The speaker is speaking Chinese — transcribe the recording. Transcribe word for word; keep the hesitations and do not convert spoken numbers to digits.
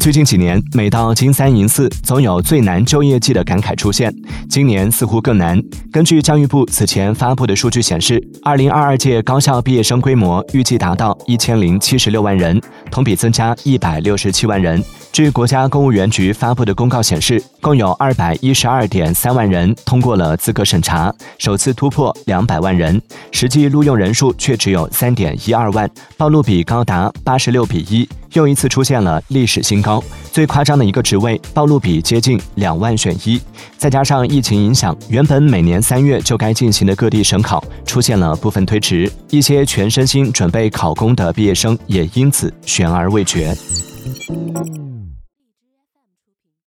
最近几年，每到金三银四，总有最难就业季的感慨出现。今年似乎更难。根据教育部此前发布的数据显示，二零二二届高校毕业生规模预计达到一千零七十六万人，同比增加一百六十七万人。据国家公务员局发布的公告显示，共有二百一十二点三万人通过了资格审查，首次突破两百万人，实际录用人数却只有三点一二万，暴露比高达八十六比一，又一次出现了历史新高。最夸张的一个职位，暴露比接近两万选一。再加上疫情影响，原本每年三月就该进行的各地省考出现了部分推迟，一些全身心准备考公的毕业生也因此悬而未决。